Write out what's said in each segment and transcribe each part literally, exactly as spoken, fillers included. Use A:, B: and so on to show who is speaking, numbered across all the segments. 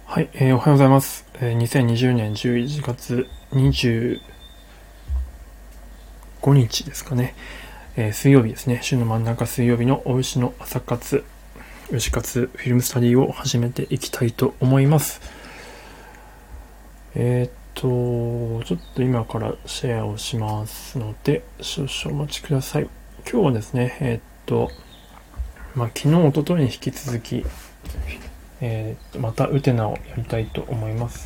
A: はい、えー、おはようございます。えー、にせんにじゅうねんじゅういちがつにじゅうごにちですかね。えー、水曜日ですね。週の真ん中水曜日のお牛の朝活、牛活フィルムスタディを始めていきたいと思います。えー、っと、ちょっと今からシェアをしますので、少々お待ちください。今日はですね、えー、っと、まあ、昨日、一昨日に引き続き、えー、またウテナをやりたいと思います。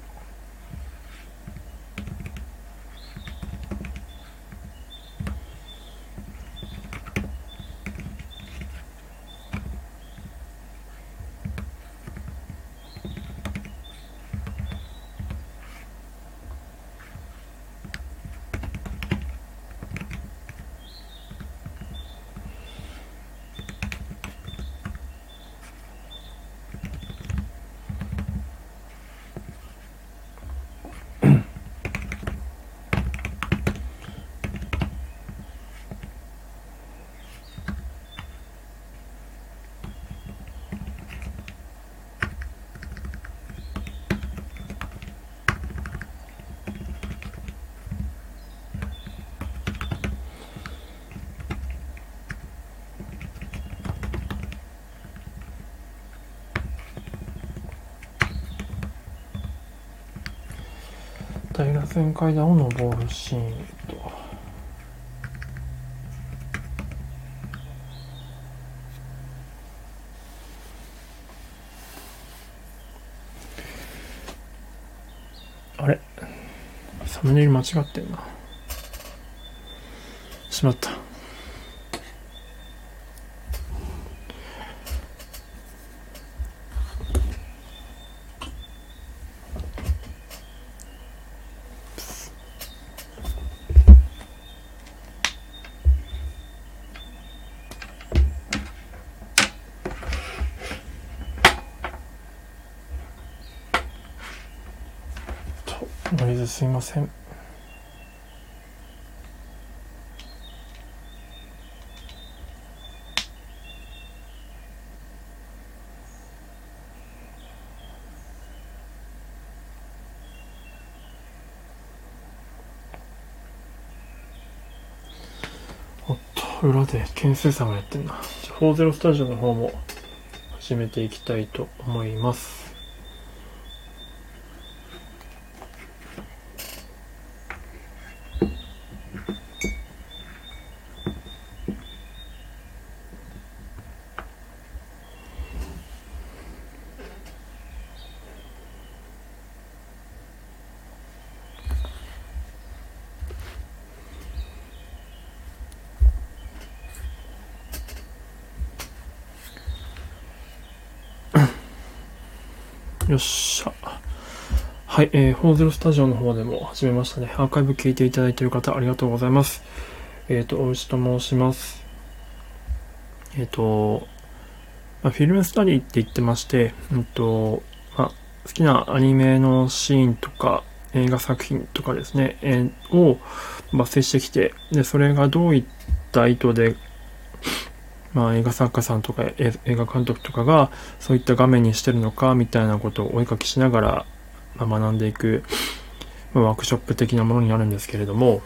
A: 平らせん階段を登るシーンと。あれサムネイル間違ってんな。しまった。ノイズすいません。おっと、裏で研修さんがやってんな。じゃあフォーゼロスタジオの方も始めていきたいと思います。よっしゃ。はい、えー、フォーゼロスタジオの方でも始めましたね。アーカイブ聞いていただいている方ありがとうございます。えっ、ー、と、おうちと申します。えっ、ー、と、まあ、フィルムスタディって言ってまして、うんと、まあ、好きなアニメのシーンとか映画作品とかですね、えー、を抜粋してきて、で、それがどういった意図で、まあ、映画作家さんとか映画監督とかがそういった画面にしてるのかみたいなことをお絵かきしながら、まあ、学んでいく、まあ、ワークショップ的なものになるんですけれども、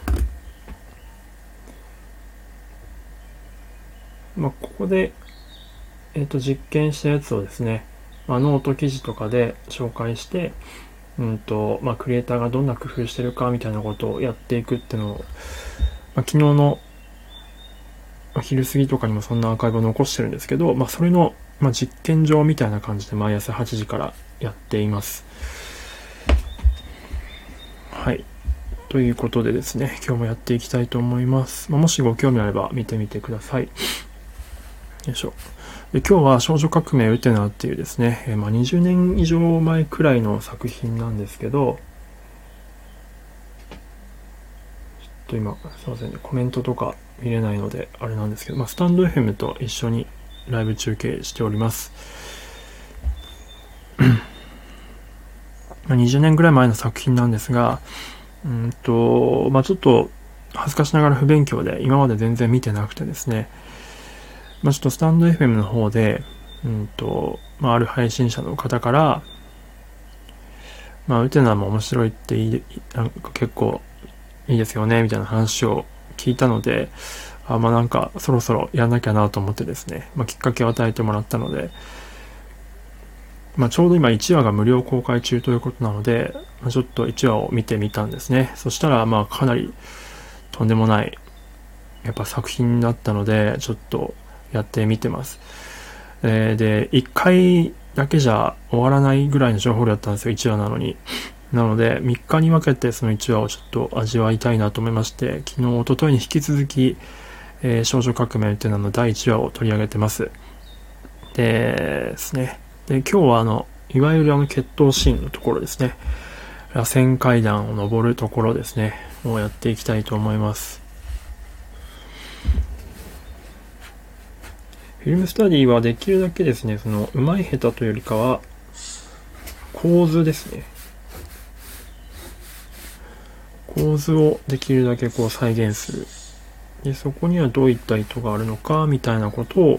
A: まあ、ここで、えっと、実験したやつをですね、まあ、ノート記事とかで紹介して、うんと、まあ、クリエイターがどんな工夫してるかみたいなことをやっていくっていうのを、まあ、昨日の昼過ぎとかにもそんなアーカイブを残してるんですけど、まあ、それの、まあ、実験場みたいな感じで毎朝はちじからやっています。はい。ということでですね、今日もやっていきたいと思います。まあ、もしご興味あれば見てみてください。よいしょ。で今日は少女革命ウテナっていうですね、えー、まあにじゅうねん以上前くらいの作品なんですけど、ちょっと今、すいませんね、コメントとか見れないのであれなんですけど、まあ、スタンド エフエム と一緒にライブ中継しております。にじゅうねんぐらい前の作品なんですが、うんと、まあ、ちょっと恥ずかしながら不勉強で今まで全然見てなくてですね、まあ、ちょっとスタンド エフエム の方で、うんと、まあ、ある配信者の方から、 まあウテナも面白いっていい、なんか結構いいですよねみたいな話を聞いたので、あまあなんかそろそろやんなきゃなと思ってですね、まあ、きっかけを与えてもらったので、まあ、ちょうど今いちわが無料公開中ということなので、まあ、ちょっといちわを見てみたんですね。そしたらまあかなりとんでもないやっぱ作品だったので、ちょっとやってみてます。えー、でいっかいだけじゃ終わらないぐらいの情報量だったんですよ、いちわなのに。なのでみっかに分けてそのいちわをちょっと味わいたいなと思いまして、昨日一昨日に引き続き、えー、少女革命というののだいいちわを取り上げてます。でですね、で今日はあのいわゆるあの決闘シーンのところですね、螺旋階段を登るところですねをやっていきたいと思います。フィルムスタディはできるだけですね、その上手い下手というよりかは構図ですね、構図をできるだけこう再現する。でそこにはどういった意図があるのかみたいなことを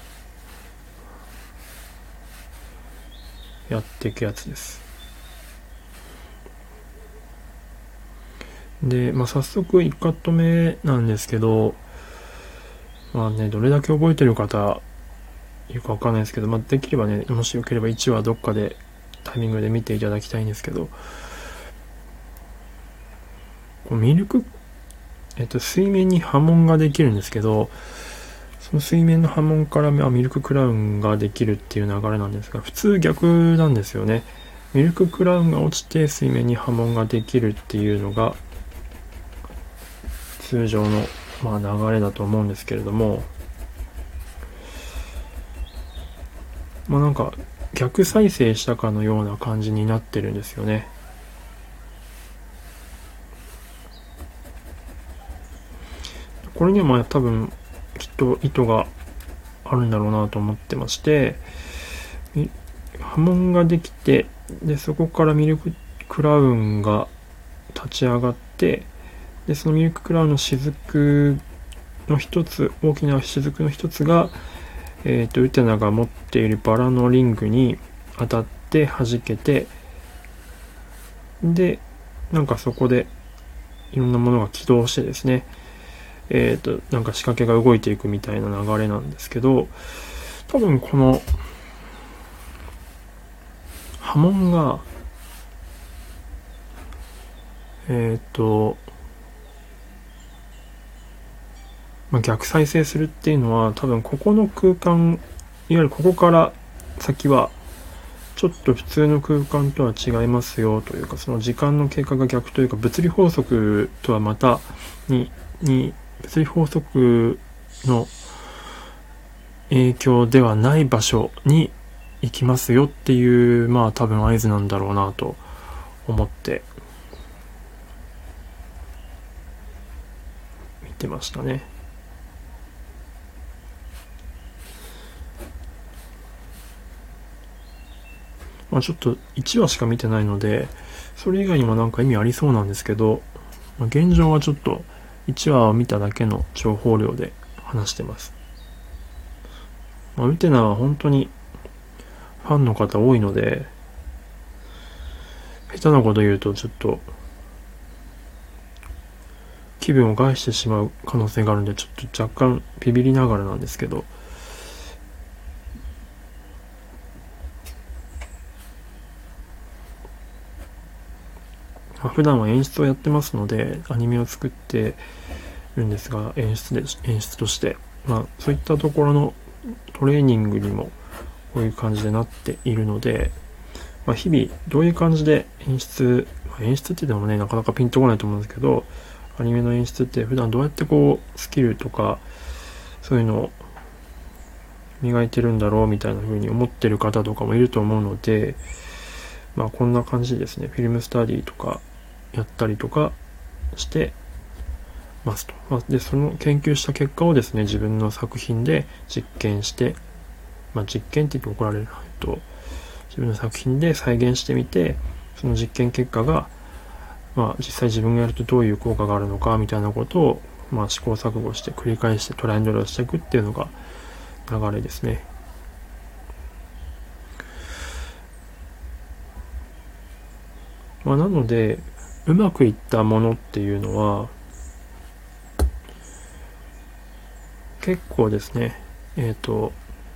A: やっていくやつです。で、まあ、早速いちカット目なんですけど、まあね、どれだけ覚えてる方いるかわかんないですけど、まあ、できればね、もしよければいちわどっかでタイミングで見ていただきたいんですけど、こうミルク、えっと、水面に波紋ができるんですけど、その水面の波紋からミルククラウンができるっていう流れなんですが、普通逆なんですよね。ミルククラウンが落ちて水面に波紋ができるっていうのが通常の、まあ、流れだと思うんですけれども、まあなんか逆再生したかのような感じになってるんですよね。これにはまあ多分きっと意図があるんだろうなと思ってまして、波紋ができて、でそこからミルククラウンが立ち上がって、でそのミルククラウンの雫の一つ、大きな雫の一つが、えーと、ウテナが持っているバラのリングに当たって弾けて、でなんかそこでいろんなものが起動してですね、えーとなんか仕掛けが動いていくみたいな流れなんですけど、多分この波紋がえっ、ー、とまあ、逆再生するっていうのは、多分ここの空間、いわゆるここから先はちょっと普通の空間とは違いますよというか、その時間の経過が逆というか、物理法則とはまたにに物理法則の影響ではない場所に行きますよっていう、まあ多分合図なんだろうなと思って見てましたね。まあ、ちょっといちわしか見てないので、それ以外にもなんか意味ありそうなんですけど、まあ、現状はちょっといちわを見ただけの情報量で話してます。まあ、ウテナは本当にファンの方多いので、下手なこと言うとちょっと気分を害してしまう可能性があるんで、ちょっと若干ビビりながらなんですけど、普段は演出をやってますので、アニメを作ってるんですが、演出で演出として、まあ、そういったところのトレーニングにもこういう感じでなっているので、まあ、日々どういう感じで演出、まあ、演出って言ってもね、なかなかピンとこないと思うんですけど、アニメの演出って普段どうやってこうスキルとかそういうのを磨いてるんだろうみたいな風に思ってる方とかもいると思うので、まあこんな感じですね。フィルムスタディとかやったりとかしてますと。まあ、で、その研究した結果をですね、自分の作品で実験して、まあ実験って言って怒られると、自分の作品で再現してみて、その実験結果が、まあ実際自分がやるとどういう効果があるのかみたいなことを、まあ試行錯誤して繰り返してトライアンドエラーしていくっていうのが流れですね。 まあ、なのでうまくいったものっていうのは結構ですね、えっと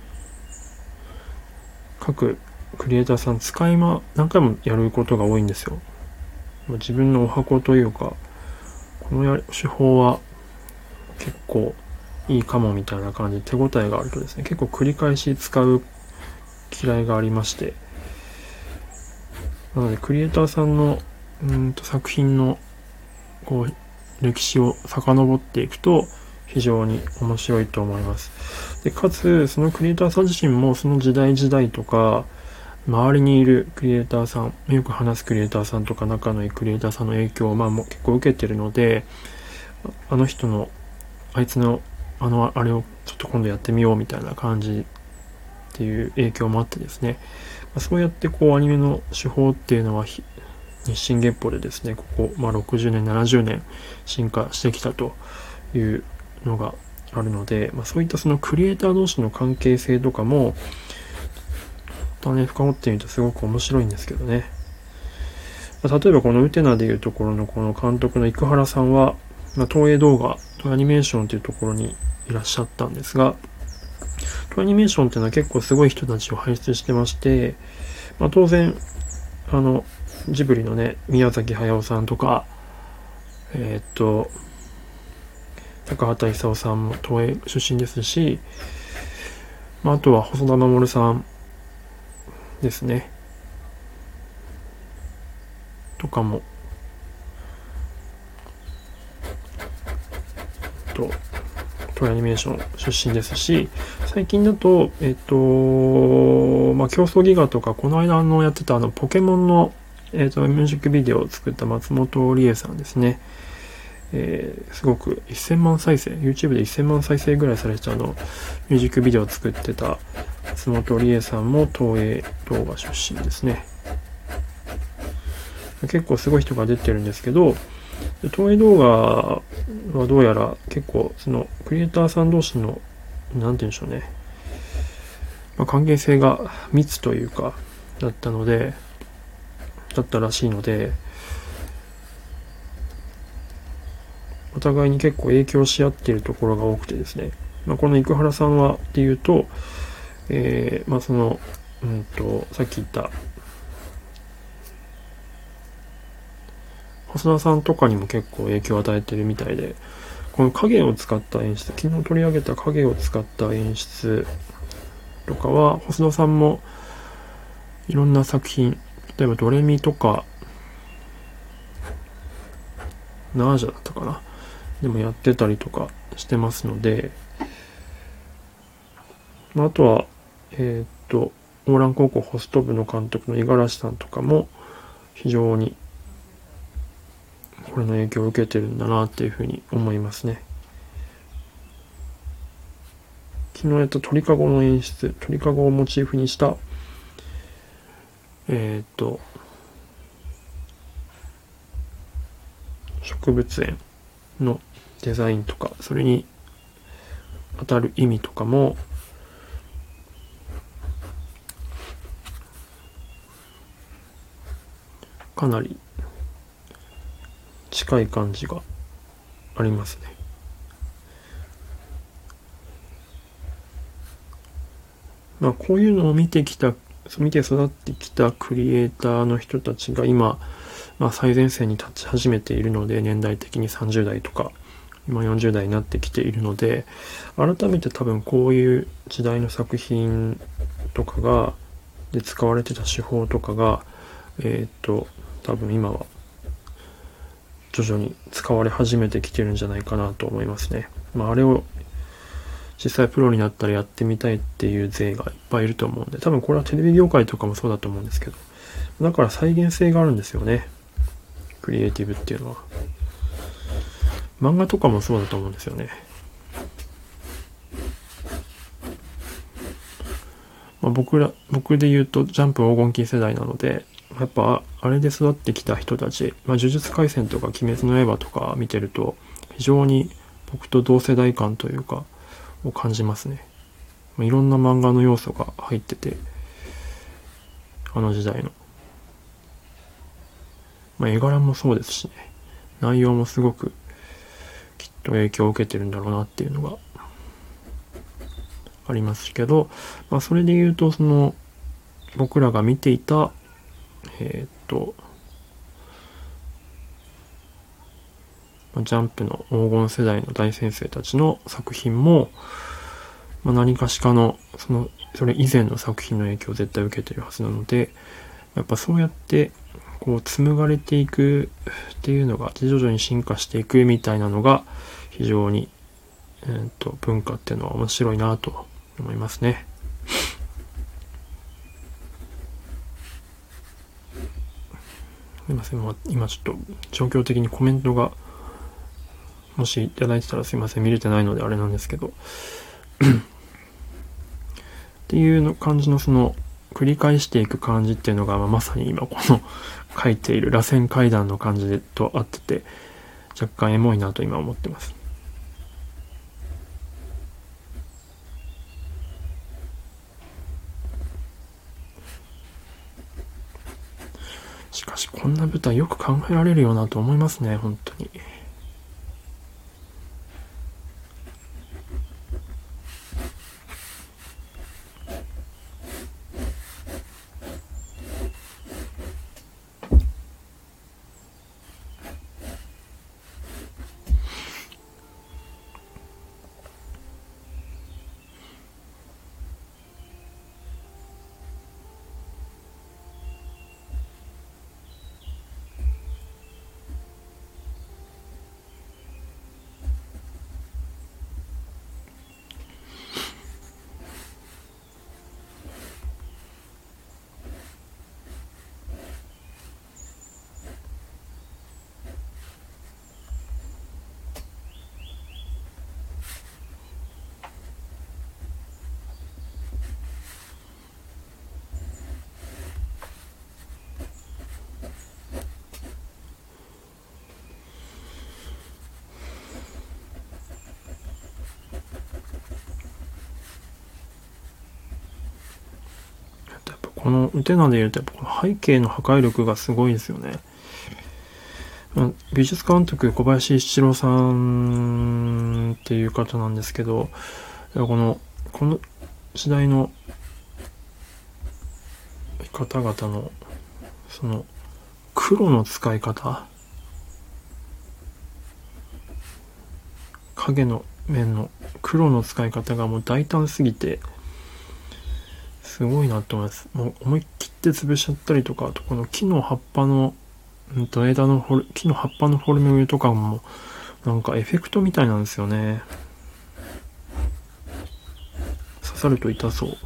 A: 各クリエイターさん使いま何回もやることが多いんですよ。自分のお箱というか、このや手法は結構いいかもみたいな感じで手応えがあるとですね、結構繰り返し使う嫌いがありまして、なのでクリエイターさんのうんと作品のこう歴史を遡っていくと非常に面白いと思います。でかつそのクリエイターさん自身もその時代時代とか周りにいるクリエイターさん、よく話すクリエイターさんとか仲のいいクリエイターさんの影響をまあもう結構受けてるので、あの人のあいつのあのあれをちょっと今度やってみようみたいな感じっていう影響もあってですね、そうやってこうアニメの手法っていうのは日進月歩でですね、ここ、まあ、ろくじゅうねんななじゅうねん進化してきたというのがあるので、まあ、そういったそのクリエイター同士の関係性とかもね、深掘ってみるとすごく面白いんですけどね。まあ、例えばこのウテナでいうところのこの監督の生原さんは、まあ、東映動画、アニメーションというところにいらっしゃったんですが、アニメーションっていうのは結構すごい人たちを輩出してまして、まあ、当然、あの、ジブリのね、宮崎駿さんとか、えー、っと、高畑勲さんも東映出身ですし、まあ、あとは細田守さんですね。とかも、と、トイアニメーション出身ですし、最近だと、えっと、まあ、競争ギガとか、この間のやってたあの、ポケモンの、えっと、ミュージックビデオを作った松本理恵さんですね。えー、すごくせんまん再生、YouTube でせんまん再生ぐらいされてたあの、ミュージックビデオを作ってた松本理恵さんも東映動画出身ですね。結構すごい人が出てるんですけど、東映動画はどうやら結構そのクリエイターさん同士のなんて言うんでしょうね、まあ、関係性が密というかだったのでだったらしいので、お互いに結構影響し合っているところが多くてですね、まあ、この生原さんはっていうと、えー、まあそのうんとさっき言った細田さんとかにも結構影響を与えてるみたいで、この影を使った演出、昨日取り上げた影を使った演出とかは細田さんもいろんな作品、例えばドレミとかナージャだったかなでもやってたりとかしてますので、あとはえー、っとオーラン高校ホスト部の監督の五十嵐さんとかも非常にこれの影響を受けてるんだなっていうふうに思いますね。昨日やった鳥かごの演出、鳥かごをモチーフにしたえー、っと植物園のデザインとか、それに当たる意味とかもかなり近い感じがありますね。まあこういうのを見てきた、見て育ってきたクリエイターの人たちが今、まあ、最前線に立ち始めているので、年代的にさんじゅう代とか今よんじゅう代になってきているので、改めて多分こういう時代の作品とかがで使われてた手法とかがえー、っと多分今は徐々に使われ始めてきてるんじゃないかなと思いますね。まああれを実際プロになったらやってみたいっていう勢がいっぱいいると思うんで、多分これはテレビ業界とかもそうだと思うんですけど、だから再現性があるんですよね、クリエイティブっていうのは。漫画とかもそうだと思うんですよね。まあ、僕ら僕で言うとジャンプ黄金期世代なので、やっぱあれで育ってきた人たち、まあ、呪術廻戦とか鬼滅の刃とか見てると非常に僕と同世代感というかを感じますね。まあ、いろんな漫画の要素が入ってて、あの時代のまあ、絵柄もそうですしね、内容もすごくきっと影響を受けてるんだろうなっていうのがありますけど、まあ、それで言うとその僕らが見ていたえー、っとジャンプの黄金世代の大先生たちの作品も、まあ、何かしかのそのそれ以前の作品の影響を絶対受けてるはずなので、やっぱそうやってこう紡がれていくっていうのが徐々に進化していくみたいなのが非常に、えー、と文化っていうのは面白いなと思いますね。すいません、今ちょっと状況的にコメントがもしいただいてたらすいません、見れてないのであれなんですけどっていうの感じのその繰り返していく感じっていうのが、まあ、まさに今この書いている螺旋階段の感じでと合ってて若干エモいなと今思ってます。しかしこんな舞台よく考えられるよなと思いますね、本当に。このウテナで言うとやっぱこの背景の破壊力がすごいですよね。美術監督小林一郎さんっていう方なんですけど、このこの時代の方々のその黒の使い方、影の面の黒の使い方がもう大胆すぎてすごいなと思います。もう思い切って潰しちゃったりとか、あとこの木の葉っぱの、うんと枝のフォル木の葉っぱのフォルムとかもなんかエフェクトみたいなんですよね。刺さると痛そう。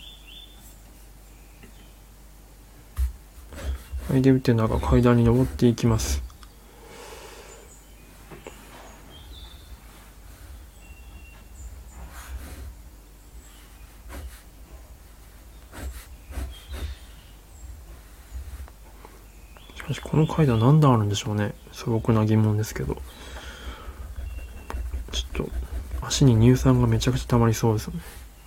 A: はい、でウテナが階段に登っていきます。しかしこの階段何段あるんでしょうね。素朴な疑問ですけど、ちょっと足に乳酸がめちゃくちゃ溜まりそうですよね。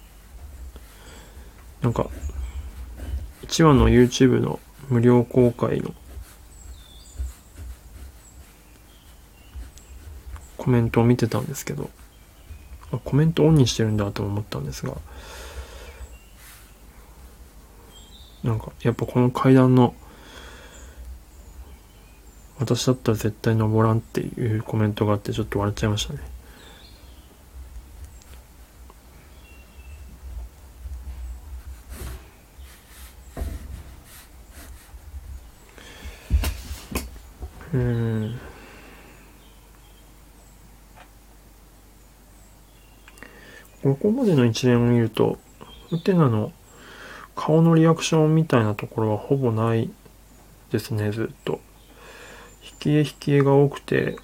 A: なんかいちわの YouTube の無料公開のコメントを見てたんですけど、あ、コメントオンにしてるんだと思ったんですが、なんかやっぱこの階段の私だったら絶対登らんっていうコメントがあってちょっと笑っちゃいましたね。うーんここまでの一連を見るとウテナの顔のリアクションみたいなところはほぼないですね。ずっと引き絵引き絵が多くて、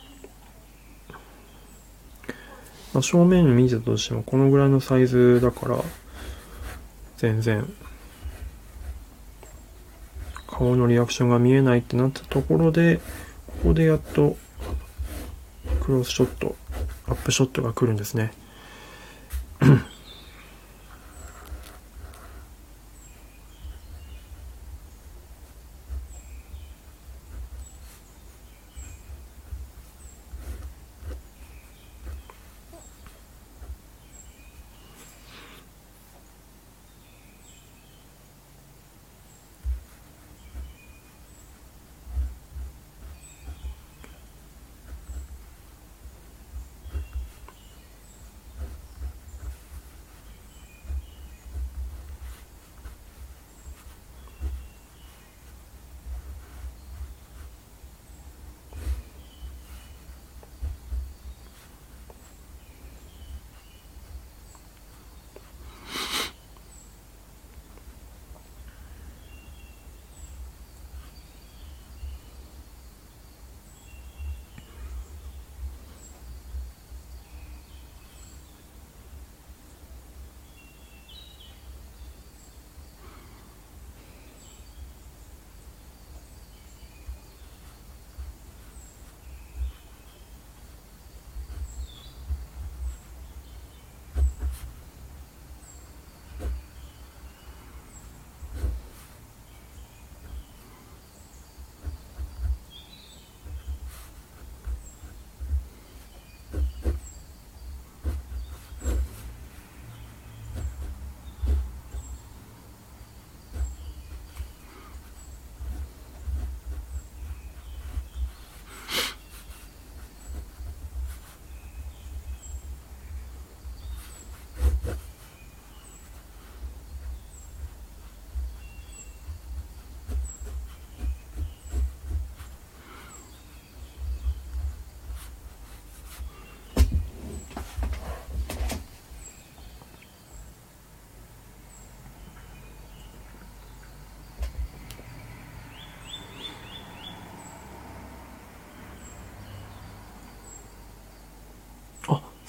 A: まあ、正面見てたとしてもこのぐらいのサイズだから全然顔のリアクションが見えないってなったところで、ここでやっとクロスショット、アップショットが来るんですね。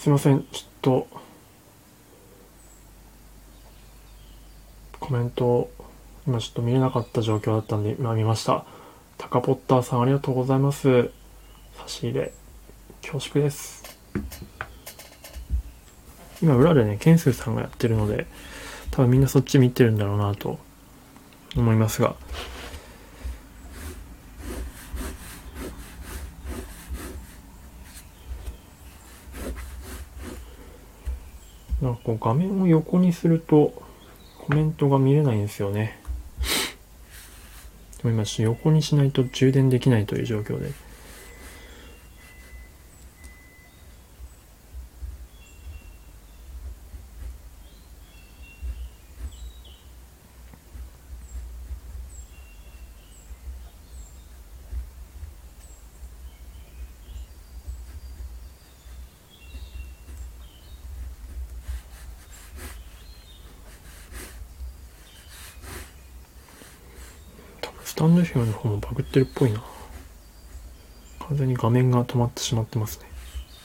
A: すいません、ちょっとコメント今ちょっと見れなかった状況だったんで今見ました。タカポッターさんありがとうございます。差し入れ恐縮です。今裏でねケンスーさんがやってるので多分みんなそっち見てるんだろうなと思いますが、なんかこう画面を横にするとコメントが見れないんですよね。でも今ちょっと横にしないと充電できないという状況で、スタンド エフエム の方もバグってるっぽいな。完全に画面が止まってしまってますね。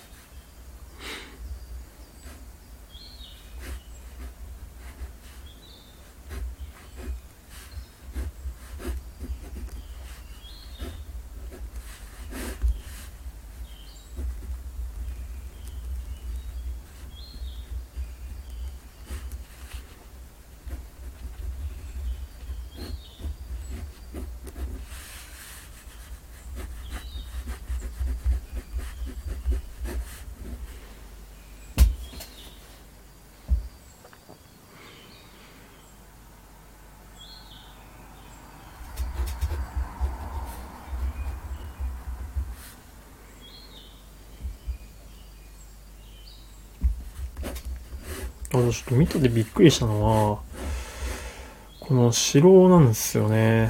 A: あ、ちょっと見ててびっくりしたのはこの城なんですよね。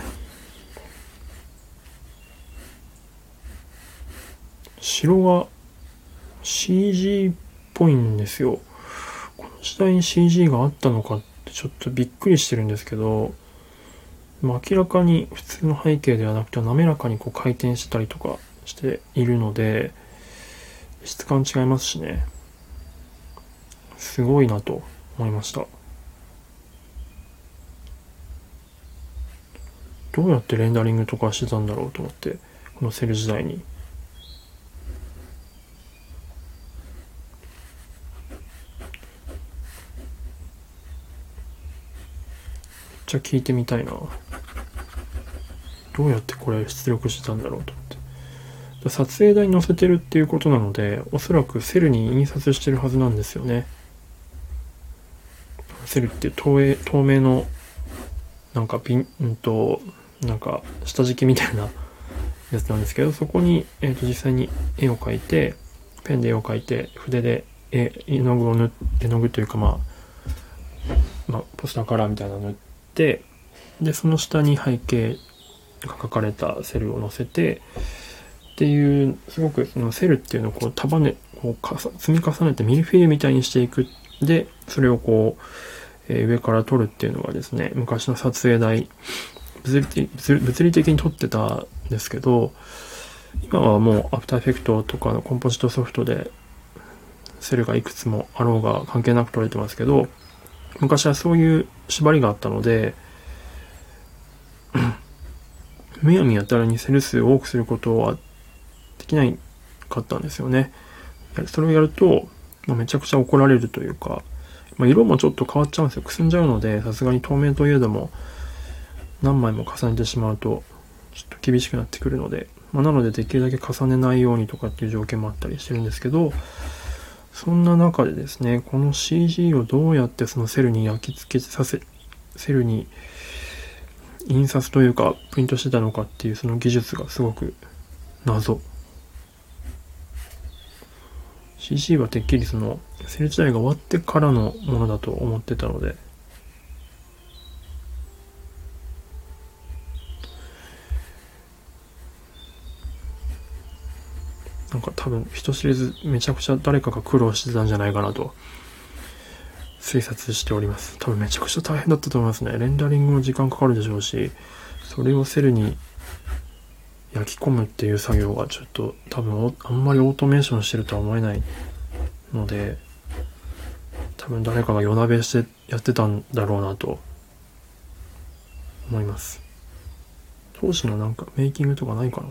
A: 城が シージー っぽいんですよ。この時代に シージー があったのかってちょっとびっくりしてるんですけど、まあ、明らかに普通の背景ではなくて滑らかにこう回転したりとかしているので質感違いますしね、すごいなと思いました。どうやってレンダリングとかしてたんだろうと思って、このセル時代に。じゃあ聞いてみたいな。どうやってこれ出力してたんだろうと思って。撮影台に載せてるっていうことなので、おそらくセルに印刷してるはずなんですよね。セルって透明、透明のなんかピン、うんと、なんか下敷きみたいなやつなんですけど、そこに、えー、と実際に絵を描いて、ペンで絵を描いて、筆で絵の具を塗って、絵の具というかまあ、まあ、ポスターカラーみたいなの塗って、で、その下に背景が描かれたセルを載せて、っていう、すごくそのセルっていうのをこう束ね、こう積み重ねてミルフィーユみたいにしていく。で、それをこう、えー、上から撮るっていうのがですね、昔の撮影台、物理、物理的に撮ってたんですけど、今はもうアフターエフェクトとかのコンポジットソフトでセルがいくつもあろうが関係なく撮れてますけど、昔はそういう縛りがあったので、むやみやたらにセル数を多くすることはできないかったんですよね。それをやると、まあ、めちゃくちゃ怒られるというか、まあ、色もちょっと変わっちゃうんですよ。くすんじゃうので、さすがに透明といえども何枚も重ねてしまうとちょっと厳しくなってくるので、まあ、なのでできるだけ重ねないようにとかっていう条件もあったりしてるんですけど、そんな中でですね、この シージー をどうやってそのセルに焼き付けさせ、セルに印刷というかプリントしてたのかっていうその技術がすごく謎。シージー はてっきりそのセル自体が終わってからのものだと思ってたので、なんか多分人知れずめちゃくちゃ誰かが苦労してたんじゃないかなと推察しております。多分めちゃくちゃ大変だったと思いますね。レンダリングも時間かかるでしょうし、それをセルに焼き込むっていう作業がちょっと多分あんまりオートメーションしてるとは思えないので、多分誰かが夜鍋してやってたんだろうなと思います。当時のなんかメイキングとかないかな。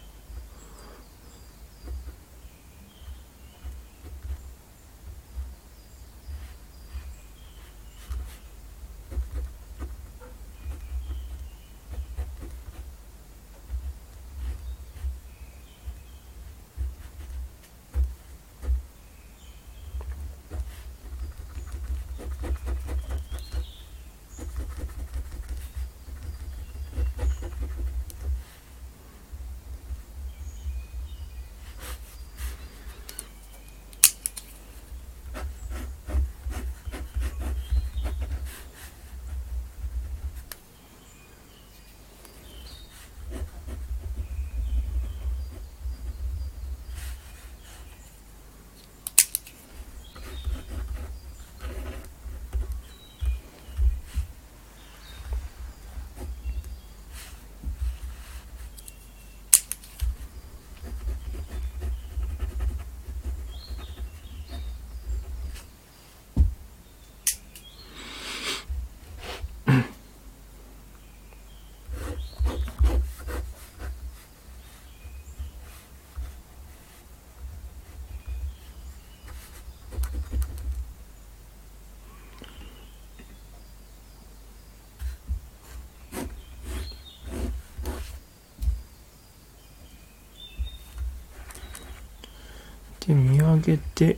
A: で、見上げて、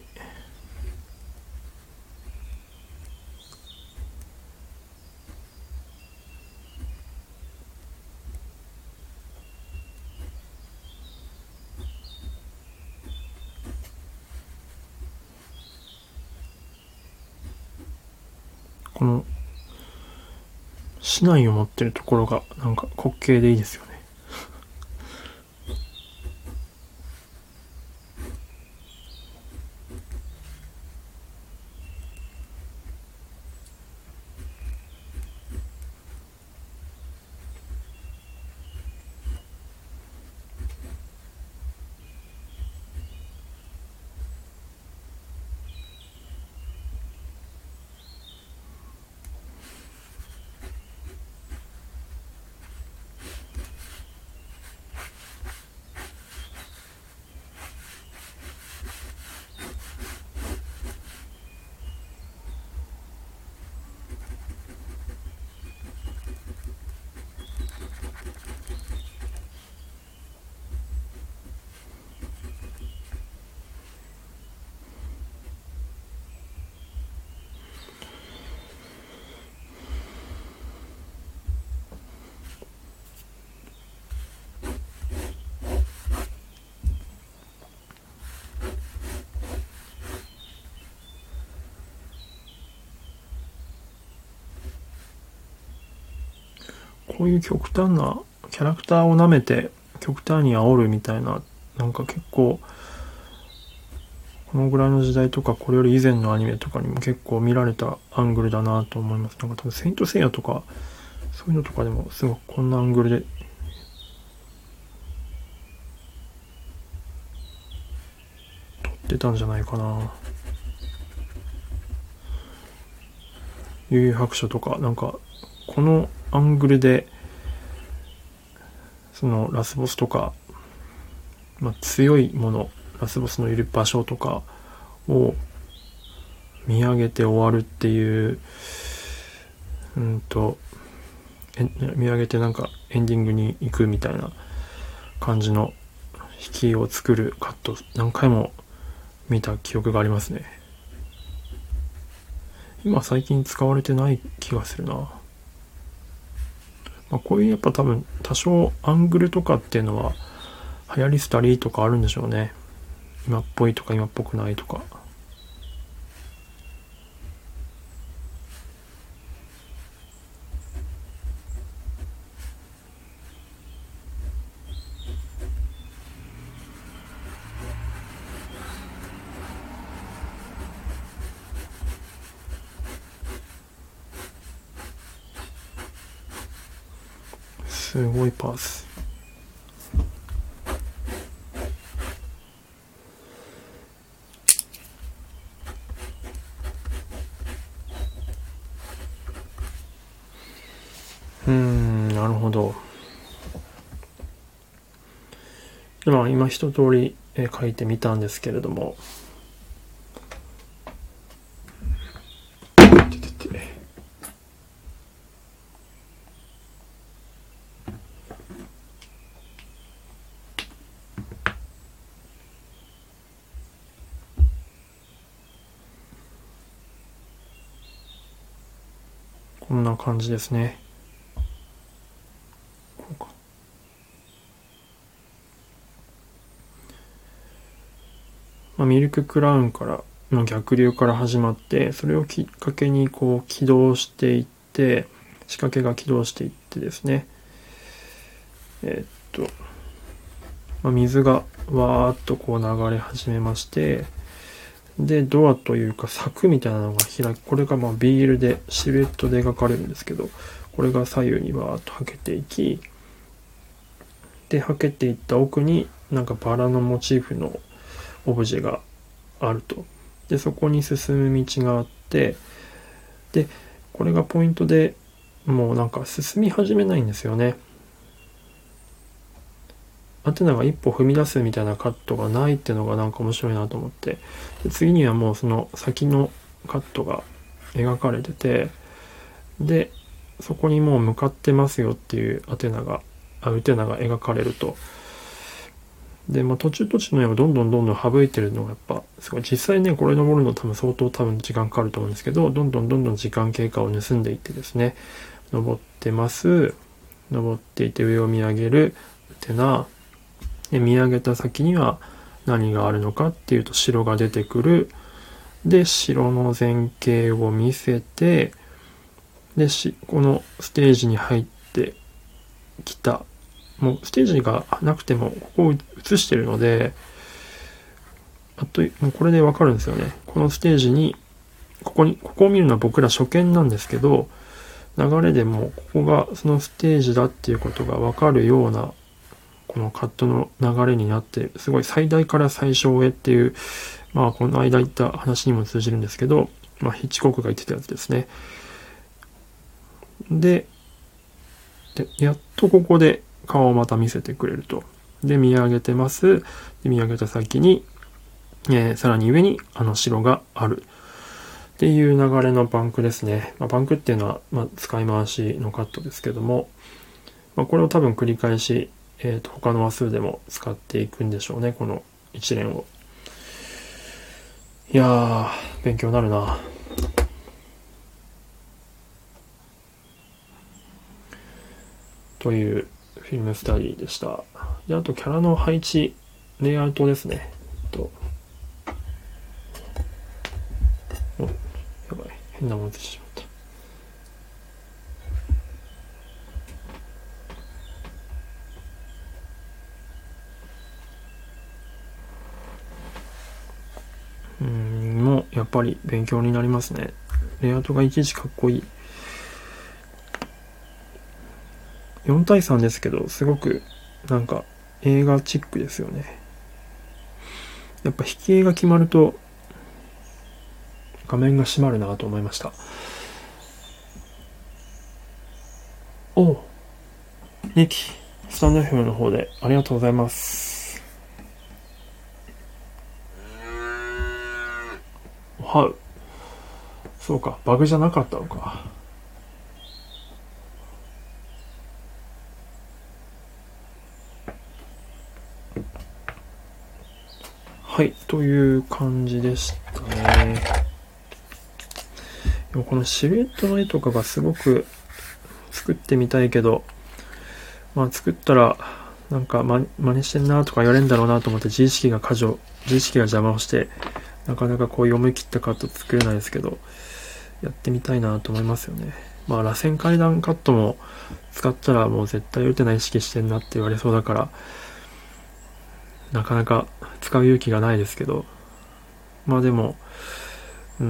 A: この竹刀を持ってるところがなんか滑稽でいいですよね。こういう極端なキャラクターを舐めて極端に煽るみたいな、なんか結構このぐらいの時代とかこれより以前のアニメとかにも結構見られたアングルだなと思います。なんか多分セイントセイヤとかそういうのとかでもすごくこんなアングルで撮ってたんじゃないかな。幽遊白書とかなんかこのアングルでそのラスボスとか、まあ、強いもの、ラスボスのいる場所とかを見上げて終わるっていう、うんとえ見上げてなんかエンディングに行くみたいな感じの引きを作るカット何回も見た記憶がありますね。今最近使われてない気がするな。まあ、こういうやっぱ多分多少アングルとかっていうのは流行り廃りとかあるんでしょうね。今っぽいとか今っぽくないとか。すごいパース。 うーん、なるほど。でまあ今一通りえ書いてみたんですけれども、こんな感じですね。こうか。まあ、ミルククラウンからの逆流から始まって、それをきっかけにこう起動していって、仕掛けが起動していってですね、えー、っと、まあ、水がわーっとこう流れ始めまして、で、ドアというか柵みたいなのが開き、これがまあビールで、シルエットで描かれるんですけど、これが左右にわーっとはけていき、で、はけていった奥になんかバラのモチーフのオブジェがあると。で、そこに進む道があって、で、これがポイントで、もうなんか進み始めないんですよね。アテナが一歩踏み出すみたいなカットがないっていうのがなんか面白いなと思って、で次にはもうその先のカットが描かれてて、でそこにもう向かってますよっていうアテナがあウテナが描かれると。で、まあ、途中途中の絵をどんどんどんどん省いてるのがやっぱすごい。実際ねこれ登るの多分相当多分時間かかると思うんですけど、どんどんどんどん時間経過を盗んでいってですね、登ってます登っていて上を見上げるウテナで、見上げた先には何があるのかっていうと城が出てくる。で城の前景を見せて、でしこのステージに入ってきた、もうステージがなくてもここを映してるので、あともうこれでわかるんですよね。このステージにここにここを見るのは僕ら初見なんですけど、流れでもここがそのステージだっていうことがわかるようなこのカットの流れになって、すごい最大から最小へっていう、まあこの間言った話にも通じるんですけど、まあヒッチコックが言ってたやつですね。で、でやっとここで顔をまた見せてくれると。で、見上げてます。で、見上げた先に、えー、さらに上にあの城がある。っていう流れのバンクですね。まあ、バンクっていうのは、まあ、使い回しのカットですけども、まあ、これを多分繰り返し、えー、と他の話数でも使っていくんでしょうね、この一連を。いやー、勉強になるな。というフィルムスタディでした。で、あとキャラの配置、レイアウトですね。とお、やばい、変なもの出てしまった。うーん、もうやっぱり勉強になりますね。レイアウトがいちいちかっこいい。よん対さんですけど、すごくなんか映画チックですよね。やっぱ引き絵が決まると画面が閉まるなと思いました。おう、ニキ、スタンド エフエム の方でありがとうございます。はう。そうか、バグじゃなかったのか。はい、という感じでしたね。でもこのシルエットの絵とかがすごく作ってみたいけど、まあ作ったらなんか真似してんなとか言われるんだろうなと思って、自意識が過剰、自意識が邪魔をして、なかなかこういう思い切ったカット作れないですけど、やってみたいなと思いますよね。まあ螺旋階段カットも使ったらもう絶対打てない意識してんなって言われそうだから、なかなか使う勇気がないですけど、まあでも、うん。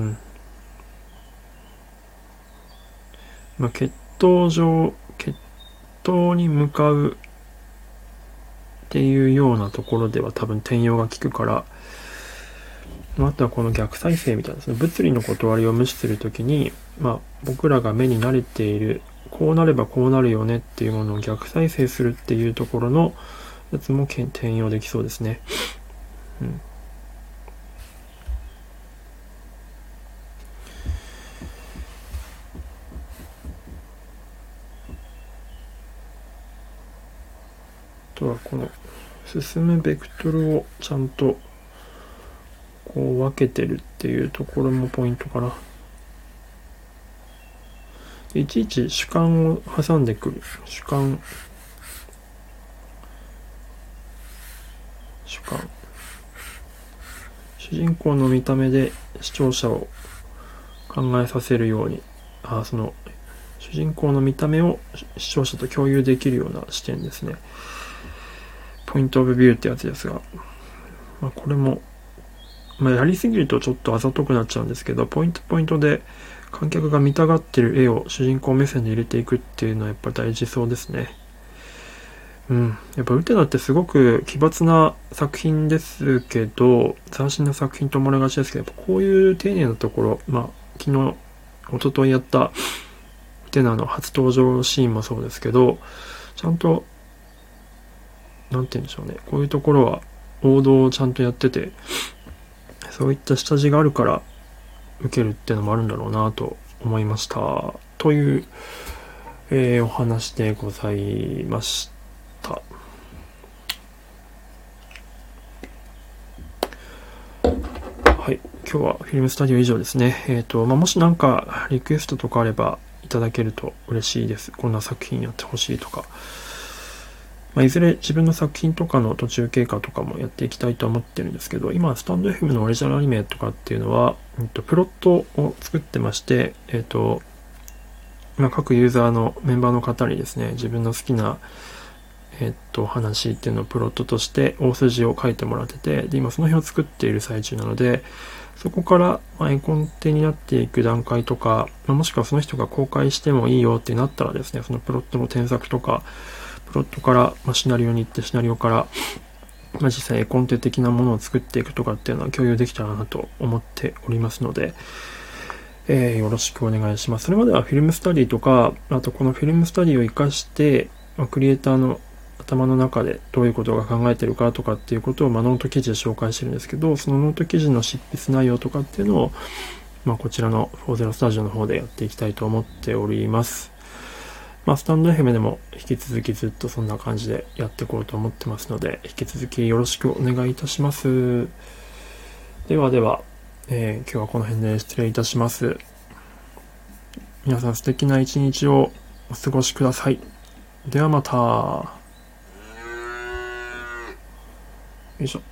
A: まあ血統上、血統に向かうっていうようなところでは多分転用が効くから、まあ、あとはこの逆再生みたいなですね、物理の断りを無視するときに、まあ僕らが目に慣れているこうなればこうなるよねっていうものを逆再生するっていうところのやつも転用できそうですね。うん。あとはこの進むベクトルをちゃんとこう分けてるっていうところもポイントかな。いちいち主観を挟んでくる。主観。主観。主人公の見た目で視聴者を考えさせるように、あ、その、主人公の見た目を視聴者と共有できるような視点ですね。ポイントオブビューってやつですが、まあ、これも、まあ、やりすぎるとちょっとあざとくなっちゃうんですけど、ポイントポイントで観客が見たがってる絵を主人公目線で入れていくっていうのはやっぱ大事そうですね。うん。やっぱウテナってすごく奇抜な作品ですけど、斬新な作品と思われがちですけど、やっぱこういう丁寧なところ、まあ、昨日、一昨日やったウテナの初登場シーンもそうですけど、ちゃんと、なんて言うんでしょうね。こういうところは王道をちゃんとやってて、そういった下地があるから受けるっていうのもあるんだろうなと思いました。という、えー、お話でございました。はい。今日はフィルムスタジオ以上ですね。えっと、まあ、もしなんかリクエストとかあればいただけると嬉しいです。こんな作品やってほしいとか。まあ、いずれ自分の作品とかの途中経過とかもやっていきたいと思ってるんですけど、今、スタンド エフエム のオリジナルアニメとかっていうのは、えっと、プロットを作ってまして、えっと、まあ、各ユーザーのメンバーの方にですね、自分の好きな、えっと、話っていうのをプロットとして大筋を書いてもらってて、で、今その辺を作っている最中なので、そこから、まあ、絵コンテになっていく段階とか、まあ、もしくはその人が公開してもいいよってなったらですね、そのプロットの添削とか、プロットから、まあ、シナリオに行って、シナリオから、まあ、実際絵コンテ的なものを作っていくとかっていうのは共有できたらなと思っておりますので、えー、よろしくお願いします。それまではフィルムスタディとか、あとこのフィルムスタディを活かして、まあ、クリエイターの頭の中でどういうことが考えてるかとかっていうことを、まあ、ノート記事で紹介してるんですけど、そのノート記事の執筆内容とかっていうのを、まあ、こちらのフォーゼロスタジオの方でやっていきたいと思っております。まあ、スタンド エフエム でも引き続きずっとそんな感じでやっていこうと思ってますので、引き続きよろしくお願いいたします。ではでは、えー、今日はこの辺で失礼いたします。皆さん素敵な一日をお過ごしください。ではまた。よいしょ。